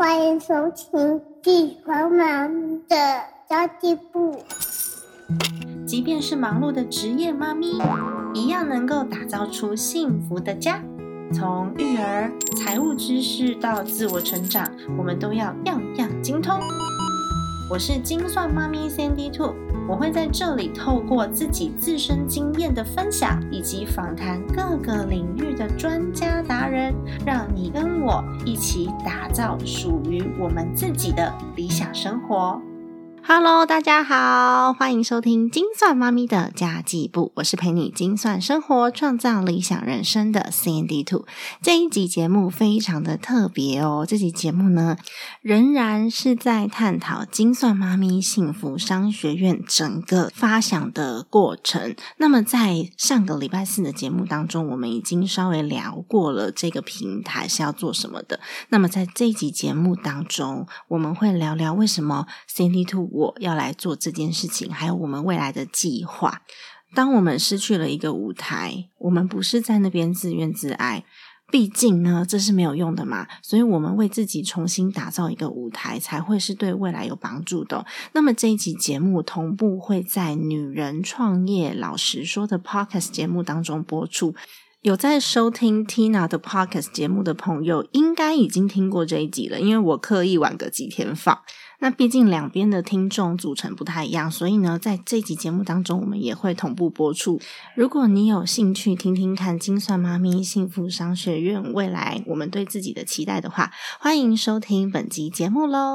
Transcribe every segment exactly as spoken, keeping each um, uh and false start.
欢迎收听地黄妈咪的家计部。 即便是忙碌的职业妈咪，一样能够打造出幸福的家。从育儿、财务知识到自我成长，我们都要样样精通。我是精算妈咪 Sandy Two， 我会在这里透过自己自身经验的分享，以及访谈各个领域的专家达人，让你跟我一起打造属于我们自己的理想生活。Hello， 大家好，欢迎收听精算妈咪的家计部，我是陪你精算生活、创造理想人生的 Sandy Two。这一集节目非常的特别哦，这集节目呢，仍然是在探讨精算妈咪幸福商学院整个发想的过程。那么在上个礼拜四的节目当中，我们已经稍微聊过了这个平台是要做什么的。那么在这一集节目当中，我们会聊聊为什么 Sandy Two我要来做这件事情，还有我们未来的计划。当我们失去了一个舞台，我们不是在那边自怨自艾，毕竟呢这是没有用的嘛，所以我们为自己重新打造一个舞台，才会是对未来有帮助的哦。那么这一集节目同步会在女人创业老实说的 Podcast 节目当中播出。有在收听 Tina 的 Podcast 节目的朋友应该已经听过这一集了，因为我刻意晚个几天放。那毕竟两边的听众组成不太一样，所以呢在这集节目当中我们也会同步播出。如果你有兴趣听听看精算妈咪幸福商学院未来我们对自己的期待的话，欢迎收听本集节目咯。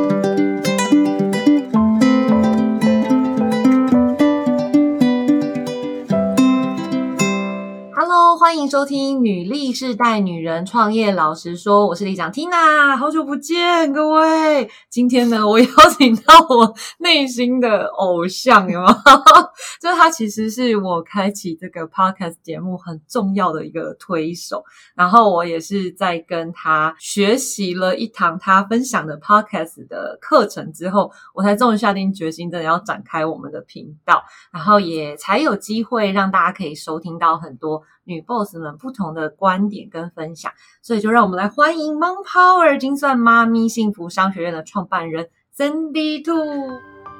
欢迎收听女力世代女人创业老实说，我是里长 Tina， 好久不见各位。今天呢我邀请到我内心的偶像，有没有？就是他其实是我开启这个 podcast 节目很重要的一个推手，然后我也是在跟他学习了一堂他分享的 podcast 的课程之后，我才终于下定决心真的要展开我们的频道，然后也才有机会让大家可以收听到很多女 boss 们不同的观点跟分享。所以就让我们来欢迎 Mom Power 精算妈咪幸福商学院的创办人 Sandy Two。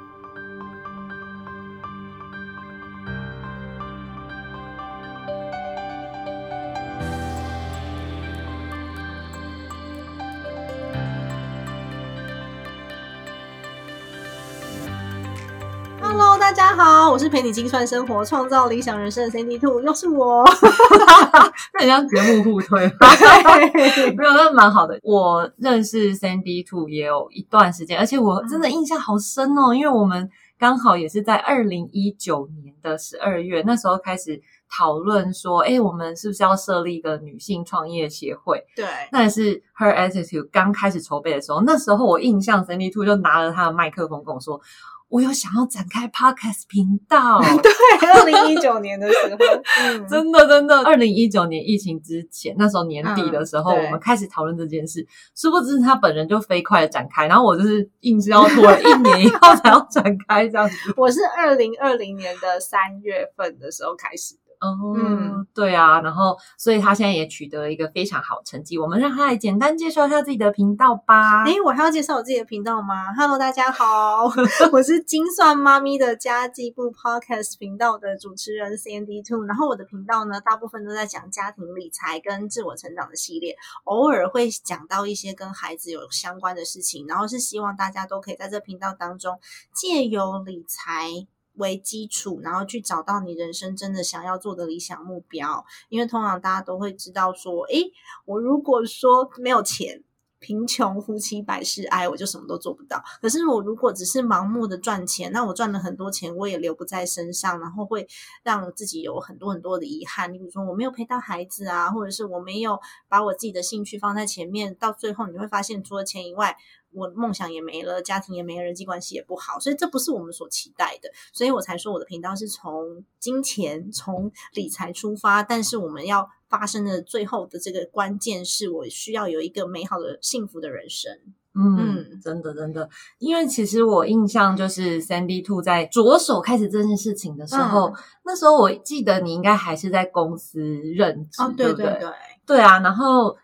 Hello， 大家好，我是陪你精算生活、创造理想人生的 Sandy Two， 又是我。 那很像节目互推。没有，那蛮好的。我认识 Sandy Two 也有一段时间，而且我真的印象好深哦，因为我们刚好也是在二零一九年的十二月，那时候开始讨论说，诶，我们是不是要设立一个女性创业协会？对，那也是 Her Attitude 刚开始筹备的时候，那时候我印象 Sandy Two 就拿了他的麦克风跟我说，我有想要展开 podcast 频道。 对，二零一九年的时候、 嗯、真的真的二零一九年疫情之前，那时候年底的时候、嗯、我们开始讨论这件事，殊不知他本人就飞快的展开，然后我就是硬是要拖了一年以后才要展开这样子。 我是二零二零年的三月份的时候开始的。 哦，嗯，对啊，然后所以他现在也取得了一个非常好成绩，我们让他来简单介绍一下自己的频道吧。 诶，我还要介绍我自己的频道吗？ Hello， 大家好，我是精算妈咪的家计部 Podcast 频道的主持人 Sandy Two， 然后我的频道呢大部分都在讲家庭理财跟自我成长的系列，偶尔会讲到一些跟孩子有相关的事情，然后是希望大家都可以在这频道当中借由理财为基础，然后去找到你人生真的想要做的理想目标。因为通常大家都会知道说，诶，我如果说没有钱，贫穷夫妻百事哀，我就什么都做不到。可是我如果只是盲目的赚钱，那我赚了很多钱我也留不在身上，然后会让自己有很多很多的遗憾。例如说我没有陪到孩子啊，或者是我没有把我自己的兴趣放在前面，到最后你会发现除了钱以外，我梦想也没了，家庭也没了，人际关系也不好，所以这不是我们所期待的。所以我才说我的频道是从金钱从理财出发，但是我们要发生的最后的这个关键是我需要有一个美好的幸福的人生。 嗯, 嗯真的真的，因为其实我印象就是 Sandy Two 在着手开始这件事情的时候、嗯、那时候我记得你应该还是在公司任职， 哦，对对 对, 对对啊，然后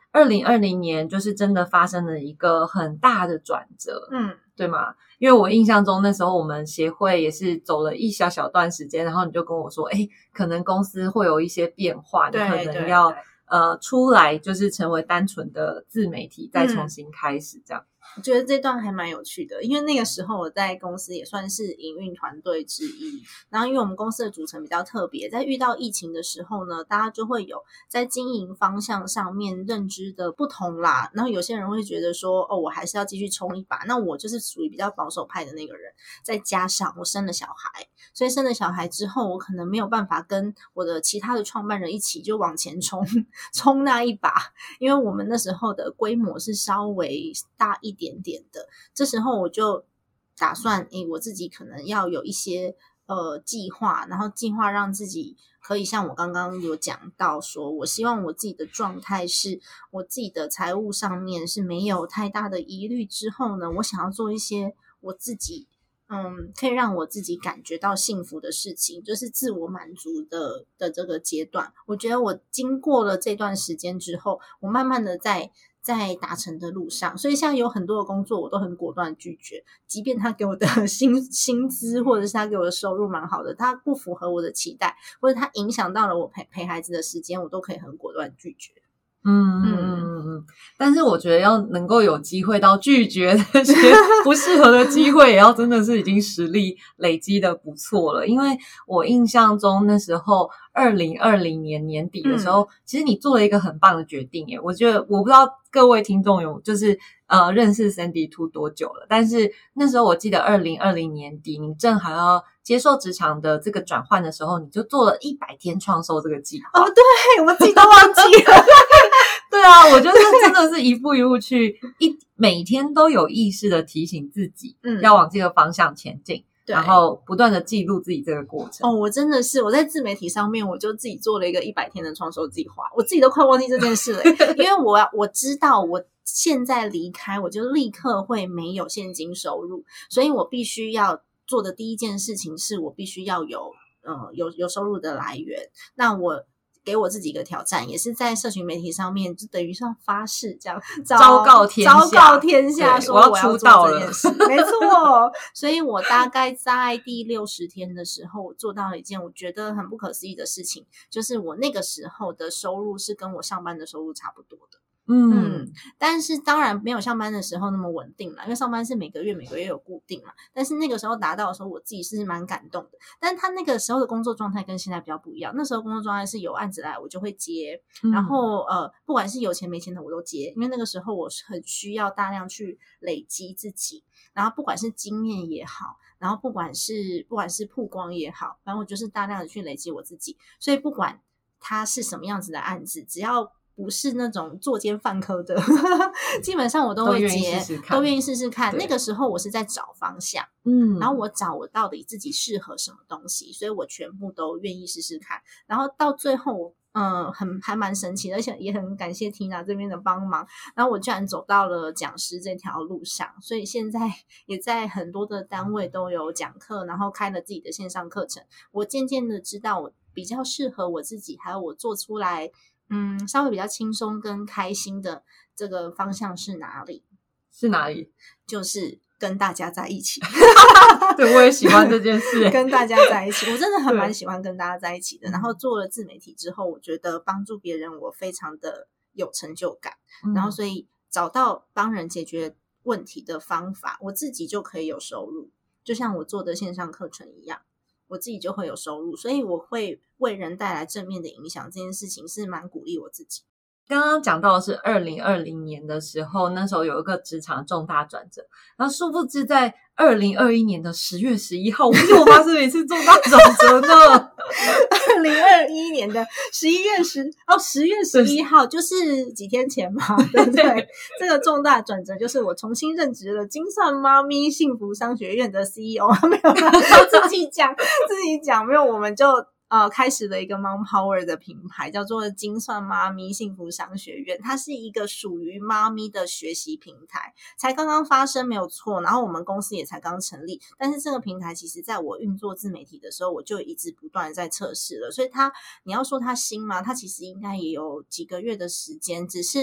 二零二零年就是真的发生了一个很大的转折， 嗯， 对吗？因为我印象中那时候我们协会也是走了一小小段时间，然后你就跟我说，诶，可能公司会有一些变化，你可能要呃出来就是成为单纯的自媒体，再重新开始这样。 嗯，我觉得这段还蛮有趣的，因为那个时候我在公司也算是营运团队之一，然后因为我们公司的组成比较特别，在遇到疫情的时候呢，大家就会有在经营方向上面认知的不同啦，然后有些人会觉得说，哦，我还是要继续冲一把，那我就是属于比较保守派的那个人，再加上我生了小孩，所以生了小孩之后，我可能没有办法跟我的其他的创办人一起就往前冲冲那一把，因为我们那时候的规模是稍微大一点点的，这时候我就打算诶我自己可能要有一些呃计划，然后计划让自己可以像我刚刚有讲到说，我希望我自己的状态是我自己的财务上面是没有太大的疑虑之后呢，我想要做一些我自己嗯，可以让我自己感觉到幸福的事情，就是自我满足的的这个阶段。我觉得我经过了这段时间之后，我慢慢的在在达成的路上，所以现在有很多的工作我都很果断拒绝，即便他给我的薪薪资或者是他给我的收入蛮好的，他不符合我的期待，或者他影响到了我陪陪孩子的时间，我都可以很果断拒绝。 嗯嗯嗯嗯，但是我觉得要能够有机会到拒绝那些不适合的机会，也要真的是已经实力累积的不错了。因为我印象中那时候二零二零年年底的时候，嗯、其实你做了一个很棒的决定耶。我觉得我不知道各位听众有就是呃认识 Sandy Two 多久了，但是那时候我记得二零二零年底你正好要接受职场的这个转换的时候，你就做了一百天创收这个计划。 哦，对，我自己都忘记了。 对啊，我就是真的是一步一步去一每天都有意识的提醒自己，嗯，要往这个方向前进，然后不断的记录自己这个过程。 哦，我真的是我在自媒体上面，我就自己做了一个一百天的创收计划，我自己都快忘记这件事了，因为我我知道我现在离开，我就立刻会没有现金收入，所以我必须要做的第一件事情是我必须要有呃有有收入的来源。那我给我自己一个挑战，也是在社群媒体上面，就等于是要发誓这样昭告天下， 昭告天下说我要出道这件事，没错。所以我大概在第六十天的时候，我做到了一件我觉得很不可思议的事情，就是我那个时候的收入是跟我上班的收入差不多的。嗯, 嗯，但是当然没有上班的时候那么稳定啦，因为上班是每个月每个月有固定嘛。但是那个时候达到的时候，我自己是蛮感动的。但他那个时候的工作状态跟现在比较不一样，那时候工作状态是有案子来我就会接，嗯、然后呃，不管是有钱没钱的我都接，因为那个时候我是很需要大量去累积自己，然后不管是经验也好，然后不管是不管是曝光也好，反正我就是大量的去累积我自己。所以不管它是什么样子的案子，只要不是那种作奸犯科的基本上我都会接，都愿意试试看。那个时候我是在找方向，嗯，然后我找我到底自己适合什么东西，所以我全部都愿意试试看。然后到最后嗯，很还蛮神奇的，而且也很感谢 Tina 这边的帮忙，然后我居然走到了讲师这条路上，所以现在也在很多的单位都有讲课，然后开了自己的线上课程。我渐渐的知道我比较适合我自己，还有我做出来嗯，稍微比较轻松跟开心的这个方向是哪里？ 是哪里？ 就是跟大家在一起。 对，我也喜欢这件事。 跟大家在一起，我真的很蛮喜欢跟大家在一起的。然后做了自媒体之后，我觉得帮助别人我非常的有成就感。嗯、然后所以找到帮人解决问题的方法，我自己就可以有收入。就像我做的线上课程一样。我自己就会有收入，所以我会为人带来正面的影响，这件事情是蛮鼓励我自己。 刚刚讲到的是二零二零年的时候，那时候有一个职场重大转折，然后殊不知在二零二一年的十月十一号，我就发生了一次重大转折呢。 二零二一年的十一月十哦，十月十一号就是几天前嘛，对不对？这个重大转折就是我重新任职了精算妈咪幸福商学院的 C E O， 没有自己讲自己讲，没有，我们就。呃，开始了一个 Mom Power 的品牌，叫做精算妈咪幸福商学院。它是一个属于妈咪的学习平台，才刚刚发生没有错。然后我们公司也才刚成立，但是这个平台其实在我运作自媒体的时候，我就一直不断的在测试了。所以它，你要说它新吗？它其实应该也有几个月的时间，只是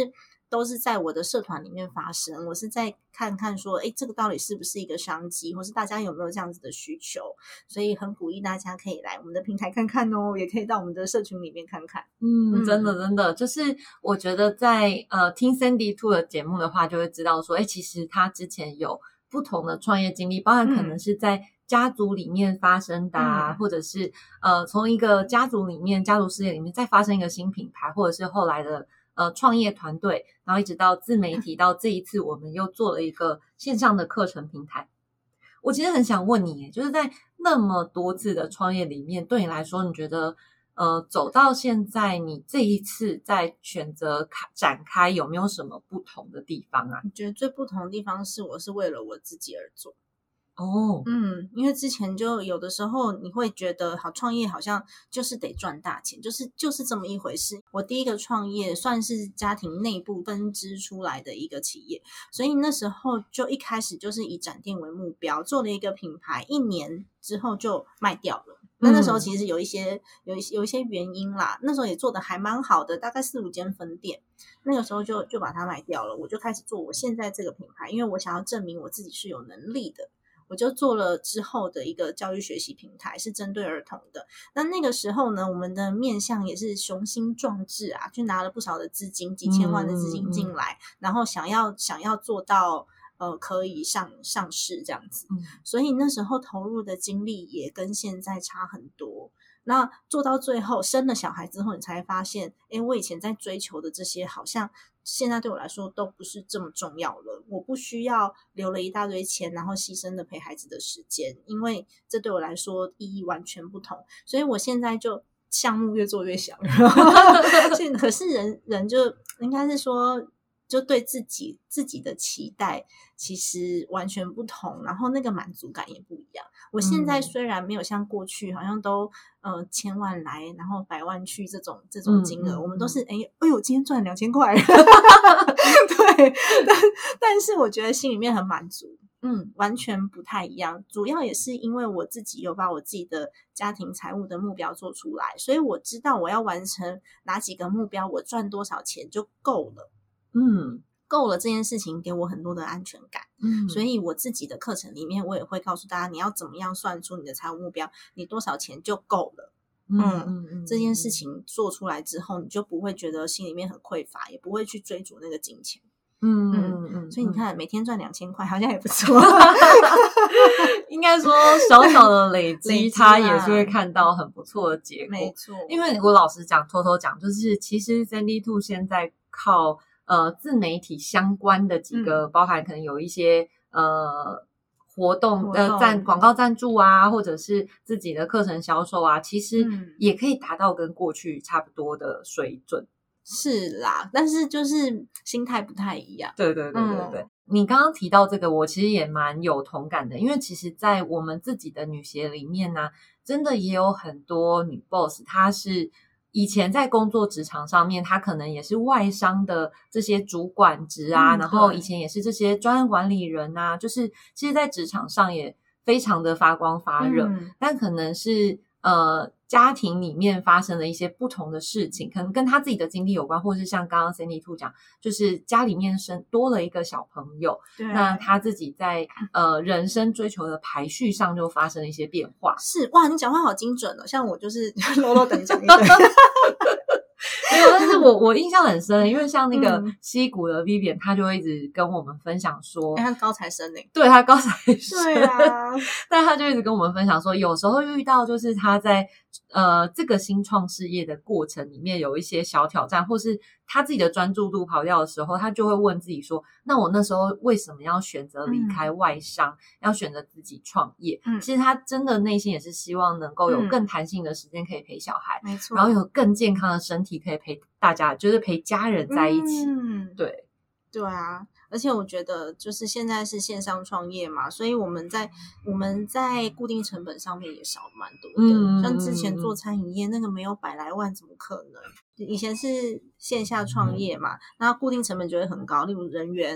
都是在我的社团里面发生，我是在看看说诶这个到底是不是一个商机，或是大家有没有这样子的需求，所以很鼓励大家可以来我们的平台看看哦，也可以到我们的社群里面看看。 嗯，真的真的，就是我觉得在呃听 Sandy Two 的节目的话，就会知道说，哎，其实他之前有不同的创业经历，包含可能是在家族里面发生的啊，嗯、或者是呃从一个家族里面家族事业里面再发生一个新品牌，或者是后来的呃创业团队，然后一直到自媒体，到这一次我们又做了一个线上的课程平台。我其实很想问你，就是在那么多次的创业里面，对你来说，你觉得呃走到现在，你这一次在选择开展开有没有什么不同的地方啊？ 我觉得最不同的地方是，我是为了我自己而做。 哦， 嗯，因为之前就有的时候你会觉得好创业好像就是得赚大钱，就是就是这么一回事。我第一个创业算是家庭内部分支出来的一个企业，所以那时候就一开始就是以展店为目标，做了一个品牌，一年之后就卖掉了。那那时候其实有一些有一些有一些原因啦，那时候也做的还蛮好的，大概四五间分店，那个时候就就把它卖掉了，我就开始做我现在这个品牌，因为我想要证明我自己是有能力的。我就做了之后的一个教育学习平台，是针对儿童的。那那个时候呢，我们的面向也是雄心壮志啊，就拿了不少的资金，几千万的资金进来，嗯嗯、然后想要想要做到呃可以上上市这样子。嗯、所以那时候投入的精力也跟现在差很多。那做到最后生了小孩之后，你才发现，诶，我以前在追求的这些好像现在对我来说都不是这么重要了，我不需要留了一大堆钱然后牺牲了陪孩子的时间，因为这对我来说意义完全不同，所以我现在就项目越做越小可是人人就应该是说就对自己自己的期待其实完全不同，然后那个满足感也不一样。我现在虽然没有像过去好像都呃千万来然后百万去这种这种金额，嗯嗯、我们都是哎哎呦今天赚两千块对，但但是我觉得心里面很满足，嗯，完全不太一样。主要也是因为我自己有把我自己的家庭财务的目标做出来，所以我知道我要完成哪几个目标，我赚多少钱就够了。嗯，够了这件事情给我很多的安全感。嗯，所以我自己的课程里面我也会告诉大家，你要怎么样算出你的财务目标，你多少钱就够了。嗯嗯嗯，这件事情做出来之后，你就不会觉得心里面很匮乏，也不会去追逐那个金钱。嗯嗯嗯，所以你看，每天赚两千块，好像也不错。 应该说，小小的累积，他也是会看到很不错的结果。 没错， 因为我老实讲，偷偷讲，就是其实 Sandy Two 现在靠呃自媒体相关的几个，嗯、包含可能有一些呃。活动呃赞广告赞助啊，或者是自己的课程销售啊，其实也可以达到跟过去差不多的水准。嗯、 是啦，但是就是心态不太一样。 对对对对对，嗯、你刚刚提到这个，我其实也蛮有同感的，因为其实在我们自己的女协里面呢、啊，真的也有很多女 boss， 她是以前在工作职场上面，他可能也是外商的这些主管职啊，嗯、然后以前也是这些专案管理人啊，就是其实在职场上也非常的发光发热，嗯、但可能是呃家庭里面发生了一些不同的事情，可能跟他自己的经历有关，或是像刚刚 Sandy Two 讲，就是家里面生多了一个小朋友，那他自己在呃人生追求的排序上就发生了一些变化。 是哇，你讲话好精准哦，像我就是啰啰等讲一堆。 没有，但是我我印象很深，因为像那个西谷的 Vivian， 他就会一直跟我们分享说， 欸、他高材生呢、欸， 对他高材生， 对啊， 但他就一直跟我们分享说，有时候遇到就是他在呃这个新创事业的过程里面有一些小挑战，或是他自己的专注度跑掉的时候，他就会问自己说，那我那时候为什么要选择离开外商，嗯、要选择自己创业？嗯，其实他真的内心也是希望能够有更弹性的时间可以陪小孩， 没错， 然后有更健康的身体可以陪大家，就是陪家人在一起。嗯，对。 对啊，而且我觉得就是现在是线上创业嘛，所以我们在我们在固定成本上面也少蛮多的。嗯，像之前做餐饮业那个没有百来万，怎么可能？以前是线下创业嘛，那固定成本就会很高，例如人员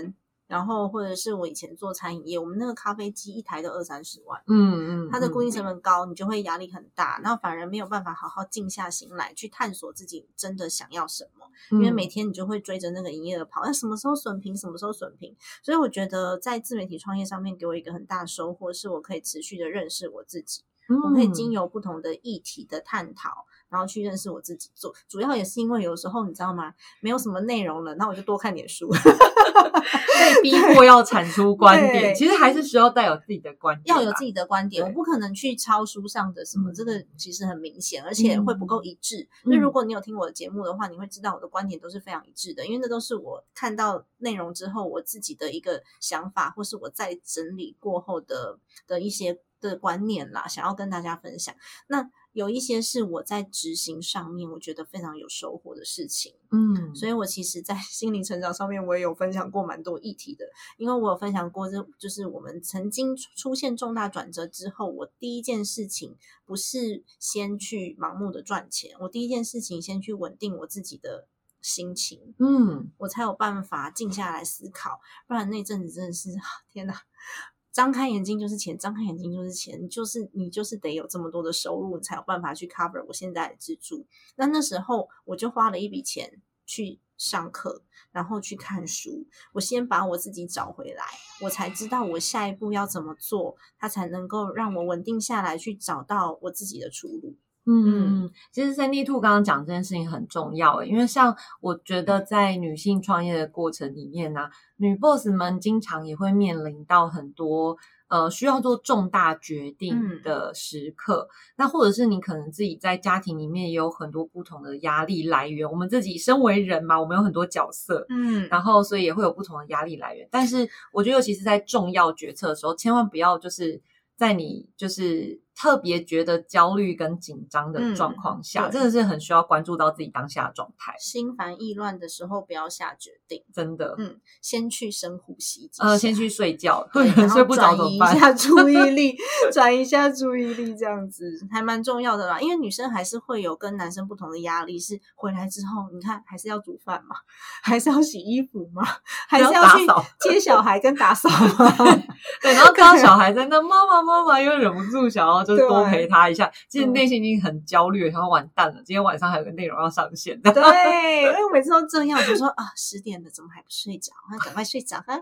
然后或者是我以前做餐饮业，我们那个咖啡机一台都二三十万， 嗯嗯， 它的固定成本高，你就会压力很大，然后反而没有办法好好静下心来去探索自己真的想要什么，因为每天你就会追着那个营业额跑，那什么时候损平什么时候损平。所以我觉得在自媒体创业上面给我一个很大的收获，是我可以持续的认识我自己，我可以经由不同的议题的探讨，然后去认识我自己。做主要也是因为有时候你知道吗，没有什么内容了，那我就多看点书被逼迫要产出观点，其实还是需要带有自己的观点， 要有自己的观点，我不可能去抄书上的什么、嗯、这个其实很明显，而且会不够一致、嗯、因为如果你有听我的节目的话，你会知道我的观点都是非常一致的，因为那都是我看到内容之后我自己的一个想法，或是我在整理过后的的一些的观念啦，想要跟大家分享。那有一些是我在执行上面我觉得非常有收获的事情，嗯，所以我其实在心灵成长上面我也有分享过蛮多议题的，因为我有分享过就是我们曾经出现重大转折之后，我第一件事情不是先去盲目的赚钱，我第一件事情先去稳定我自己的心情，嗯，我才有办法静下来思考，不然那阵子真的是天哪，张开眼睛就是钱，张开眼睛就是钱，就是你就是得有这么多的收入，你才有办法去 cover 我现在的支出。那那时候我就花了一笔钱去上课，然后去看书，我先把我自己找回来，我才知道我下一步要怎么做，它才能够让我稳定下来，去找到我自己的出路。 嗯，其实 Sandy Two 刚刚讲这件事情很重要，因为像我觉得在女性创业的过程里面呢、啊，女 boss 们经常也会面临到很多呃需要做重大决定的时刻、嗯、那或者是你可能自己在家庭里面也有很多不同的压力来源，我们自己身为人嘛，我们有很多角色，嗯，然后所以也会有不同的压力来源，但是我觉得尤其是在重要决策的时候，千万不要就是在你就是特别觉得焦虑跟紧张的状况下、嗯、真的是很需要关注到自己当下的状态， 心烦意乱的时候不要下决定， 真的， 嗯，先去深呼吸呃，先去睡觉， 对，然后睡不着怎么办？ 转移一下注意力转移一下注意力，这样子还蛮重要的啦，因为女生还是会有跟男生不同的压力，是回来之后你看还是要煮饭嘛，还是要洗衣服嘛，还是要去接小孩跟打扫嘛对，然后看到小孩在那妈妈妈妈又忍不住想要就是多陪他一下，其实内心已经很焦虑了，想要完蛋了，今天晚上还有个内容要上线。 对，因为我每次都这样，我就说啊，十点了怎么还不睡着？那赶快睡着哈。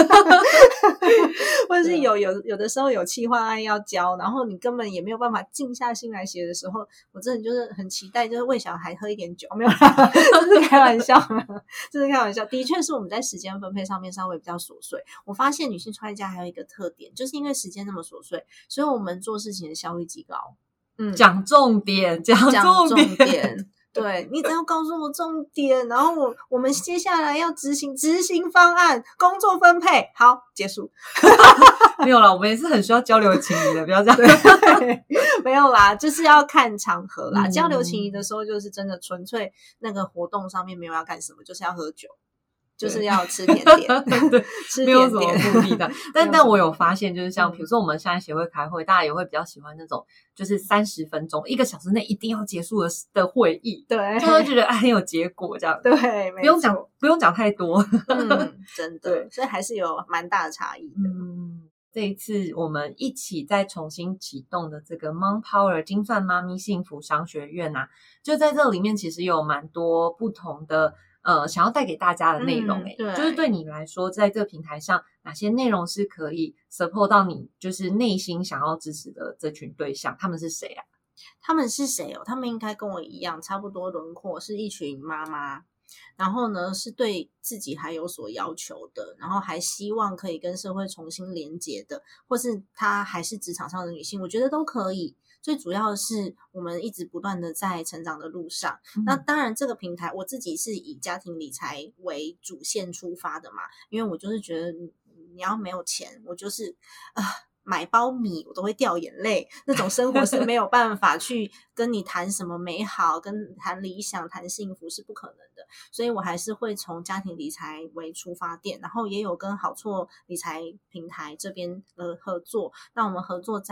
或者是有有有的时候有企划案要交，然后你根本也没有办法静下心来写的时候，我真的就是很期待，就是喂小孩喝一点酒，没有啦，这是开玩笑，这是开玩笑。的确是我们在时间分配上面稍微比较琐碎。我发现女性创业家还有一个特点，就是因为时间那么琐碎，所以我们做事情的效率极高。 嗯，讲重点，讲重点， 重点对，你只要告诉我重点，然后我我们接下来要执行执行方案，工作分配，好，结束。 没有啦，我们也是很需要交流情谊的，不要这样。 对，没有啦，就是要看场合啦、嗯。交流情谊的时候，就是真的纯粹那个活动上面没有要干什么，就是要喝酒。就是要吃甜点对， 吃甜点没有什么目的的。但但我有发现，就是像比如说我们现在协会开会，大家也会比较喜欢那种就是三十分钟一个小时内一定要结束的的会议， 对， 就会觉得哎很有结果这样， 对， 不用讲不用讲太多， 嗯，真的，所以还是有蛮大的差异的。 嗯，这一次我们一起再重新启动的这个 Mom Power 精算妈咪幸福商学院啊，就在这里面其实有蛮多不同的呃，想要带给大家的内容诶、欸嗯、就是对你来说，在这个平台上哪些内容是可以 support 到你就是内心想要支持的这群对象，他们是谁啊？ 他们是谁哦？他们应该跟我一样，差不多轮廓，是一群妈妈，然后呢是对自己还有所要求的，然后还希望可以跟社会重新连结的，或是她还是职场上的女性，我觉得都可以。最主要的是我们一直不断的在成长的路上、嗯、那当然这个平台我自己是以家庭理财为主线出发的嘛，因为我就是觉得你要没有钱，我就是呃买包米我都会掉眼泪，那种生活是没有办法去跟你谈什么美好，跟谈理想谈幸福是不可能的，所以我还是会从家庭理财为出发点，然后也有跟好错理财平台这边呃合作，那我们合作在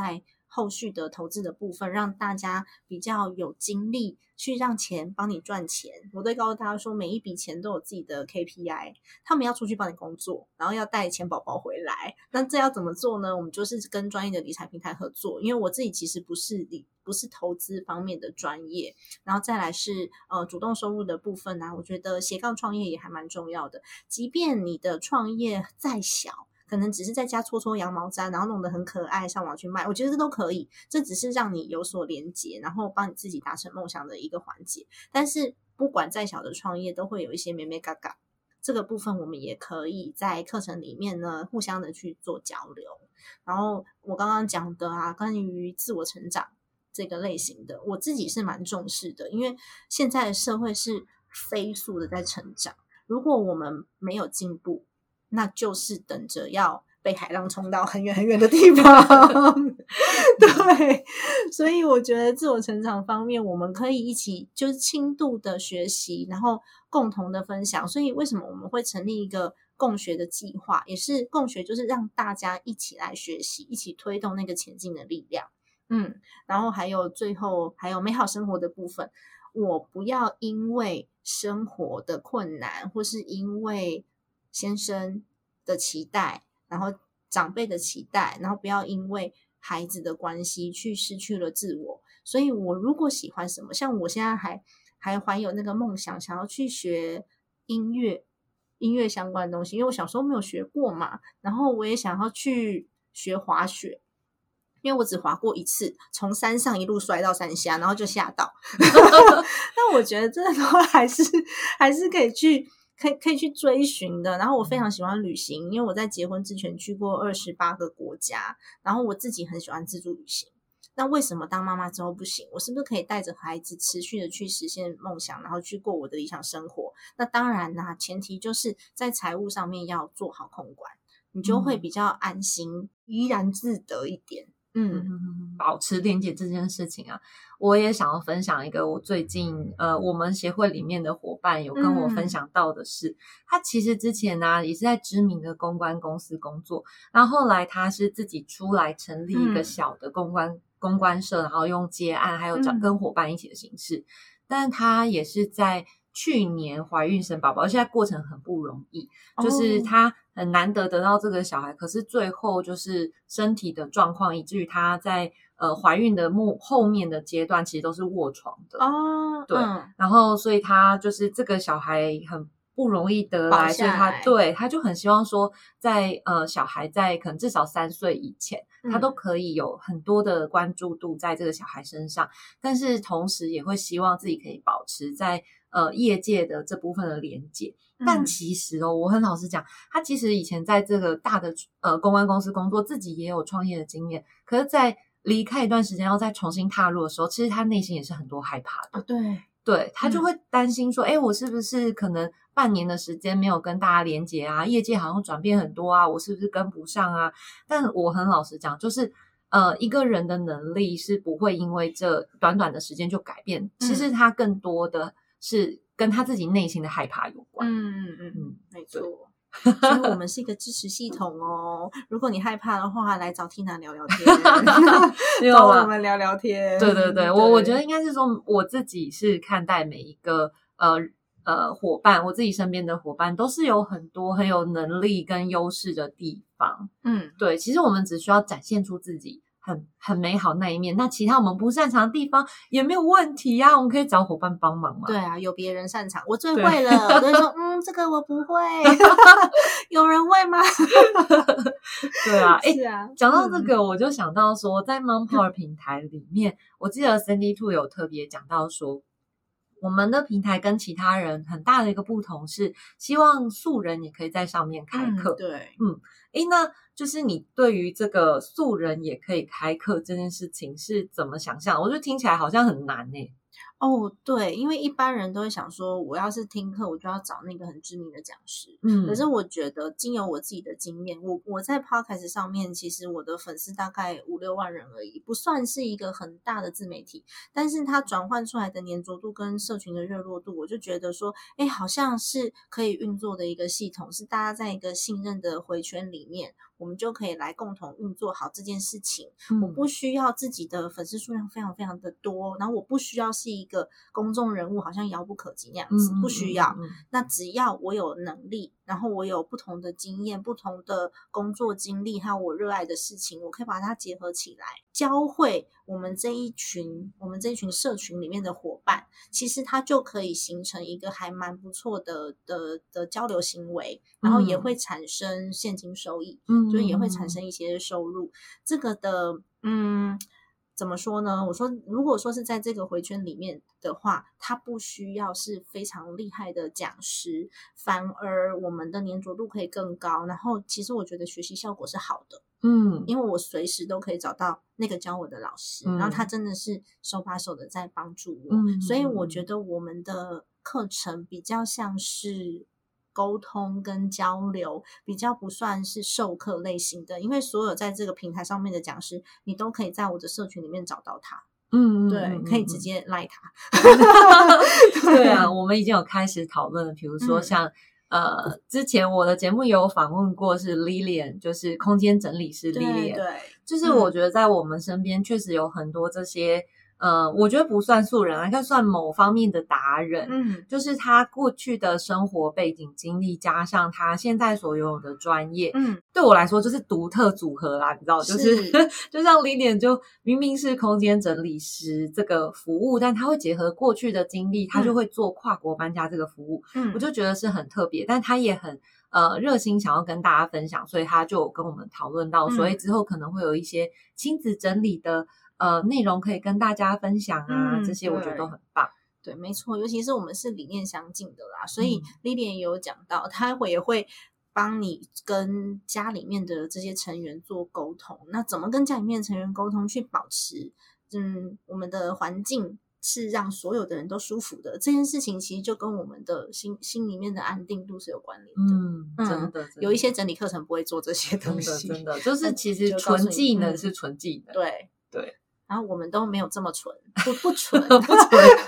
后续的投资的部分，让大家比较有精力去让钱帮你赚钱。我都会告诉大家说，每一笔钱都有自己的 K P I， 他们要出去帮你工作，然后要带钱宝宝回来。那这要怎么做呢？我们就是跟专业的理财平台合作，因为我自己其实不是理不是投资方面的专业，然后再来是呃主动收入的部分啊，我觉得斜杠创业也还蛮重要的。即便你的创业再小，可能只是在家搓搓羊毛毡，然后弄得很可爱，上网去卖，我觉得这都可以。这只是让你有所连结，然后帮你自己达成梦想的一个环节。但是不管再小的创业，都会有一些眉眉角角，这个部分我们也可以在课程里面呢，互相的去做交流。然后我刚刚讲的啊，关于自我成长这个类型的，我自己是蛮重视的，因为现在的社会是飞速的在成长，如果我们没有进步，那就是等着要被海浪冲到很远很远的地方。对，所以我觉得自我成长方面，我们可以一起就是轻度的学习，然后共同的分享。所以为什么我们会成立一个共学的计划，也是共学就是让大家一起来学习，一起推动那个前进的力量。嗯，然后还有最后还有美好生活的部分，我不要因为生活的困难，或是因为先生的期待，然后长辈的期待，然后不要因为孩子的关系去失去了自我。所以我如果喜欢什么，像我现在还还怀有那个梦想，想要去学音乐音乐相关的东西，因为我小时候没有学过嘛，然后我也想要去学滑雪，因为我只滑过一次，从山上一路摔到山下，然后就吓到。但我觉得这都还是还是可以去可以可以去追寻的。然后我非常喜欢旅行，因为我在结婚之前去过二十八个国家，然后我自己很喜欢自助旅行。那为什么当妈妈之后不行？我是不是可以带着孩子持续的去实现梦想，然后去过我的理想生活？那当然啦，前提就是在财务上面要做好控管，你就会比较安心，怡然自得一点。嗯， 保持连结这件事情啊，我也想要分享一个我最近呃我们协会里面的伙伴有跟我分享到的是，嗯、他其实之前呢、啊、也是在知名的公关公司工作，然后后来他是自己出来成立一个小的公关、嗯、公关社，然后用接案还有找跟伙伴一起的形式，嗯、但他也是在去年怀孕生宝宝，现在过程很不容易，哦、就是他很难得得到这个小孩，可是最后就是身体的状况，以至于他在呃怀孕的末后面的阶段，其实都是卧床的哦。对，嗯、然后所以他就是这个小孩很不容易得来，所以他对他就很希望说在，呃小孩在可能至少三岁以前，他都可以有很多的关注度在这个小孩身上，但是同时也会希望自己可以保持在呃业界的这部分的连结。但其实哦，我很老实讲，他其实以前在这个大的呃公关公司工作，自己也有创业的经验，可是在离开一段时间要再重新踏入的时候，其实他内心也是很多害怕的。 哦，对对，他就会担心说，哎、嗯，我是不是可能半年的时间没有跟大家连结啊，业界好像转变很多啊，我是不是跟不上啊？但我很老实讲，就是呃一个人的能力是不会因为这短短的时间就改变，嗯、其实他更多的是跟他自己内心的害怕有关。 嗯嗯嗯嗯，没错。所以我们是一个支持系统哦。如果你害怕的话，来找 Tina 聊聊天，找我们聊聊天。 对对对，我我觉得应该是说，我自己是看待每一个呃呃伙伴，我自己身边的伙伴都是有很多很有能力跟优势的地方。嗯，对，其实我们只需要展现出自己很很美好那一面，那其他我们不擅长的地方也没有问题呀、啊，我们可以找伙伴帮忙嘛。 对啊，有别人擅长，我最会了，我就说嗯，这个我不会，有人会吗？ 对啊，哎，讲、啊、到这个、嗯，我就想到说，在 Mom Power 平台里面，我记得 Sandy Two 有特别讲到说，我们的平台跟其他人很大的一个不同是，希望素人也可以在上面开课。 嗯、对， 嗯，诶，那就是你对于这个素人也可以开课这件事情是怎么想象？我觉得听起来好像很难欸。 哦，对，因为一般人都会想说，我要是听课，我就要找那个很知名的讲师。嗯，可是我觉得，经由我自己的经验，我我在 Podcast 上面，其实我的粉丝大概五六万人而已，不算是一个很大的自媒体，但是它转换出来的黏着度跟社群的热络度，我就觉得说，哎，好像是可以运作的一个系统，是大家在一个信任的回圈里面， 我们就可以来共同运作好这件事情。 嗯我不需要自己的粉丝数量非常非常的多，然后我不需要是一个公众人物好像遥不可及那样子， 嗯不需要、 嗯嗯那只要我有能力，然后我有不同的经验，不同的工作经历，还有我热爱的事情，我可以把它结合起来，教会我们这一群我们这一群社群里面的伙伴，其实它就可以形成一个还蛮不错的的的交流行为，然后也会产生现金收益， 嗯所以也会产生一些收入。这个的嗯怎么说呢？我说如果说是在这个回圈里面的话，它不需要是非常厉害的讲师，反而我们的黏着度可以更高，然后其实我觉得学习效果是好的， 嗯因为我随时都可以找到那个教我的老师， 嗯然后他真的是手把手的在帮助我， 嗯所以我觉得我们的课程比较像是沟通跟交流，比较不算是授课类型的，因为所有在这个平台上面的讲师，你都可以在我的社群里面找到他， 嗯对， 嗯可以直接赖他。 对啊，我们已经有开始讨论了，比如说像、 嗯、 呃，之前我的节目有访问过是 Lilian， 就是空间整理师 Lilian， 对对， 就是我觉得在我们身边确实有很多这些。呃，我觉得不算素人啊，应该算某方面的达人。 嗯， 就是他过去的生活背景经历，加上他现在所拥有的专业， 嗯， 对我来说就是独特组合啦，你知道，就是就像零点就明明是空间整理师这个服务，但他会结合过去的经历，他就会做跨国搬家这个服务， 嗯， 我就觉得是很特别，但他也很呃热心想要跟大家分享，所以他就有跟我们讨论到，所以之后可能会有一些亲子整理的。呃，内容可以跟大家分享啊， 嗯、 这些我觉得都很棒。 对，没错，尤其是我们是理念相近的啦，所以 Lilian 也有讲到，他会也会帮你跟家里面的这些成员做沟通。那怎么跟家里面的成员沟通，去保持嗯我们的环境是让所有的人都舒服的这件事情，其实就跟我们的心心里面的安定度是有关联的。 嗯，真的，真的有一些整理课程不会做这些东西， 真的，真的就是其实纯技能是纯技能， 对对。 然后我们都没有这么纯，不不纯， 不纯，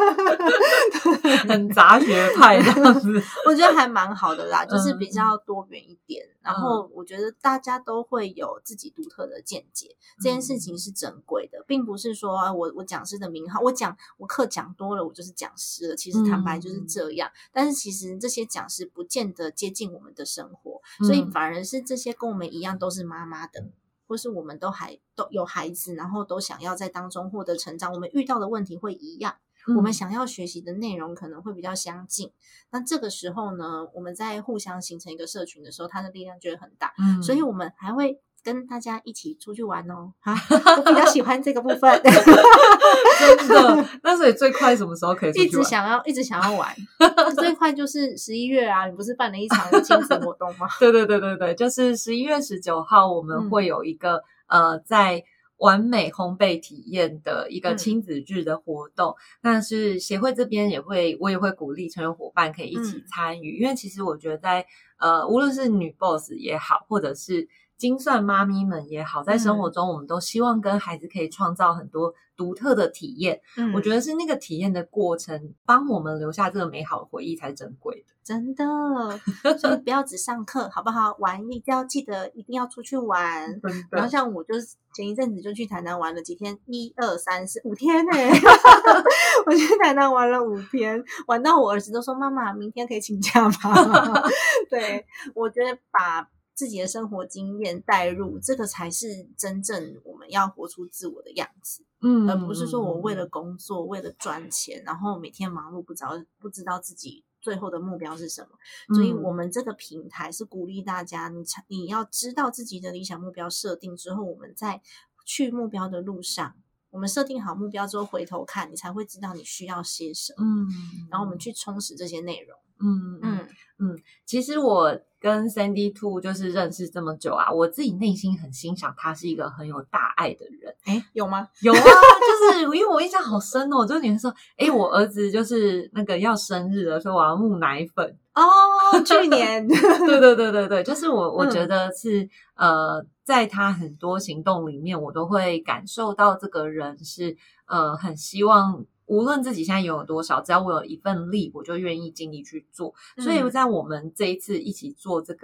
很杂学派这样子。 我觉得还蛮好的啦，就是比较多元一点。嗯、然后我觉得大家都会有自己独特的见解，嗯、这件事情是珍贵的，并不是说我我讲师的名号，我讲我课讲多了，我就是讲师了。其实坦白就是这样，嗯、但是其实这些讲师不见得接近我们的生活，嗯、所以反而是这些跟我们一样都是妈妈的。或是我们都还都有孩子，然后都想要在当中获得成长，我们遇到的问题会一样，嗯、我们想要学习的内容可能会比较相近。那这个时候呢，我们在互相形成一个社群的时候，它的力量就会很大。嗯、所以我们还会跟大家一起出去玩哦。啊，我比较喜欢这个部分。 真的，那所以最快什么时候可以出去玩？ 一直想要，一直想要玩。最快就是十一月啊！你不是办了一场亲子活动吗？ 对对对对对，就是十一月十九号，我们会有一个、嗯、呃，在完美烘焙体验的一个亲子日的活动。嗯、那是协会这边也会，我也会鼓励成员伙伴可以一起参与，嗯、因为其实我觉得在呃，无论是女 boss 也好，或者是精算妈咪们也好，在生活中我们都希望跟孩子可以创造很多独特的体验。嗯、我觉得是那个体验的过程帮我们留下这个美好的回忆才珍贵的。 真的，所以不要只上课好不好？玩一定要记得一定要出去玩。然后像我就是前一阵子就去台南玩了几天，一二三四五天欸我去台南玩了五天，玩到我儿子都说妈妈明天可以请假吗？对，我觉得把自己的生活经验带入，这个才是真正我们要活出自我的样子，嗯，而不是说我为了工作，为了赚钱，然后每天忙碌不知道不知道自己最后的目标是什么。所以我们这个平台是鼓励大家，你你要知道自己的理想目标设定之后，我们在去目标的路上，我们设定好目标之后回头看，你才会知道你需要些什么，嗯，然后我们去充实这些内容。 嗯嗯嗯，其实我跟 Sandy Two 就是认识这么久啊，我自己内心很欣赏他是一个很有大爱的人。 诶有吗？ 有啊，就是因为我印象好深哦，就是你说，诶我儿子就是那个要生日了，所以我要募奶粉哦，去年， 对对对对对，就是我我觉得是、嗯、呃，在他很多行动里面，我都会感受到这个人是呃很希望。无论自己现在拥有多少，只要我有一份力，我就愿意尽力去做。所以在我们这一次一起做这个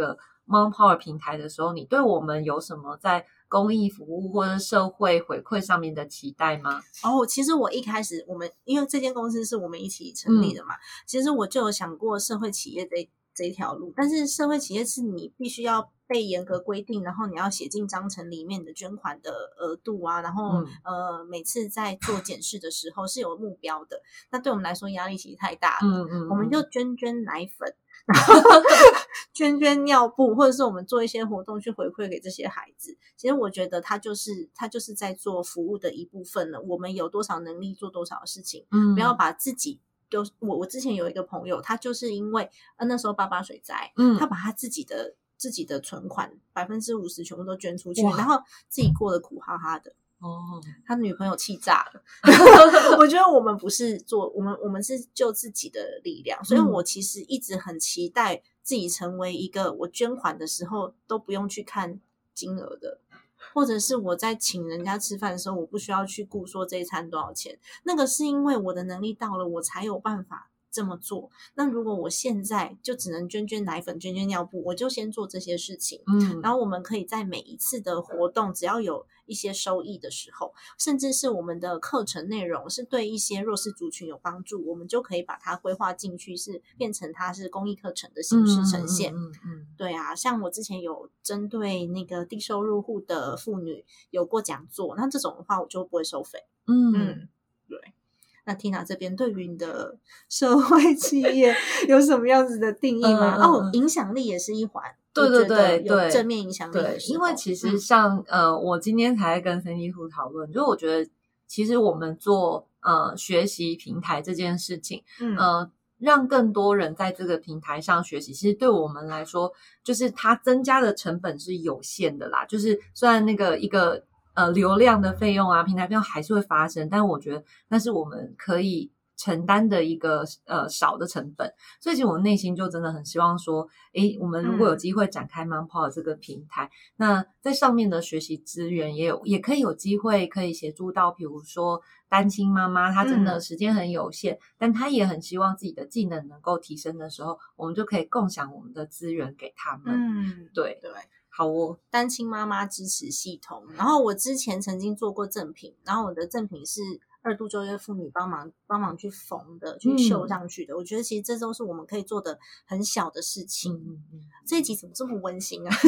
Mom Power 平台的时候，你对我们有什么在公益服务或者社会回馈上面的期待吗？ 哦，其实我一开始我们因为这间公司是我们一起成立的嘛，嗯、其实我就有想过社会企业这这一条路，但是社会企业是你必须要被严格规定，然后你要写进章程里面的捐款的额度啊，然后、嗯、呃每次在做检视的时候是有目标的，那对我们来说压力其实太大了，嗯嗯嗯我们就捐捐奶粉。捐捐尿布，或者是我们做一些活动去回馈给这些孩子。其实我觉得他就是他就是在做服务的一部分了。我们有多少能力做多少事情，嗯，不要把自己都我我之前有一个朋友，他就是因为呃那时候八八水灾，嗯，他把他自己的自己的存款百分之五十全部都捐出去，然后自己过得苦哈哈的。哦，他女朋友气炸了。我觉得我们不是做我们我们是救自己的力量，所以我其实一直很期待自己成为一个我捐款的时候都不用去看金额的，或者是我在请人家吃饭的时候我不需要去顾说这一餐多少钱，那个是因为我的能力到了我才有办法这么做。那如果我现在就只能捐捐奶粉捐捐尿布，我就先做这些事情，嗯，然后我们可以在每一次的活动只要有一些收益的时候，甚至是我们的课程内容是对一些弱势族群有帮助，我们就可以把它规划进去，是变成它是公益课程的形式呈现。嗯嗯嗯对啊，像我之前有针对那个低收入户的妇女有过讲座，那这种的话我就不会收费。嗯嗯对。那 Tina 这边对于你的社会企业有什么样子的定义吗？嗯、哦，影响力也是一环。 对对对对， 有正面影响力的时候。 对，因为其实像、嗯、呃，我今天才跟 Sandy 兔讨论，就我觉得其实我们做呃学习平台这件事情，嗯呃，让更多人在这个平台上学习，其实对我们来说，就是它增加的成本是有限的啦。就是虽然那个一个呃流量的费用啊，平台费用还是会发生，但我觉得那是我们可以承担的一个呃少的成本，所以其实我内心就真的很希望说，诶，我们如果有机会展开 Mom Power 这个平台，嗯、那在上面的学习资源也有，也可以有机会可以协助到，比如说单亲妈妈，她真的时间很有限，嗯、但她也很希望自己的技能能够提升的时候，我们就可以共享我们的资源给他们。嗯，对对。好哦， 单亲妈妈支持系统。然后我之前曾经做过赠品，然后我的赠品是二度就业妇女帮忙帮忙去缝的，去绣上去的。嗯、我觉得其实这都是我们可以做的很小的事情。嗯嗯、这一集怎么这么温馨啊？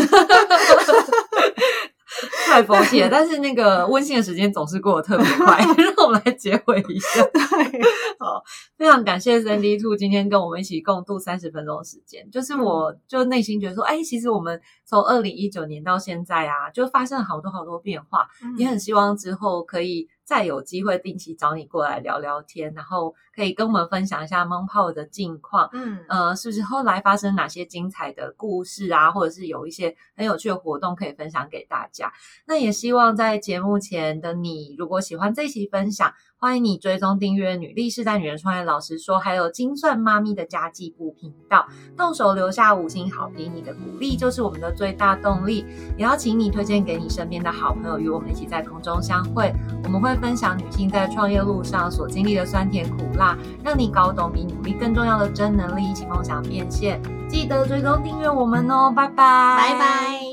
太佛系了，但是那个温馨的时间总是过得特别快，让我们来结尾一下。对，好，非常感谢 Sandy 兔今天跟我们一起共度三十分钟的时间。就是我就内心觉得说，哎，其实我们从二零一九年到现在啊，就发生了好多好多变化，嗯、也很希望之后可以再有机会定期找你过来聊聊天，然后可以跟我们分享一下 Mom Power 的近况，嗯，呃，是不是后来发生哪些精彩的故事啊，或者是有一些很有趣的活动可以分享给大家。那也希望在节目前的你，如果喜欢这一期分享，欢迎你追踪订阅女力世代女人创业老实说，还有精算妈咪的家计部频道，动手留下五星好评，你的鼓励就是我们的最大动力。也要请你推荐给你身边的好朋友，与我们一起在空中相会。我们会分享女性在创业路上所经历的酸甜苦辣，让你搞懂比努力更重要的真能力，一起梦想变现。记得追踪订阅我们哦，拜拜， 拜拜。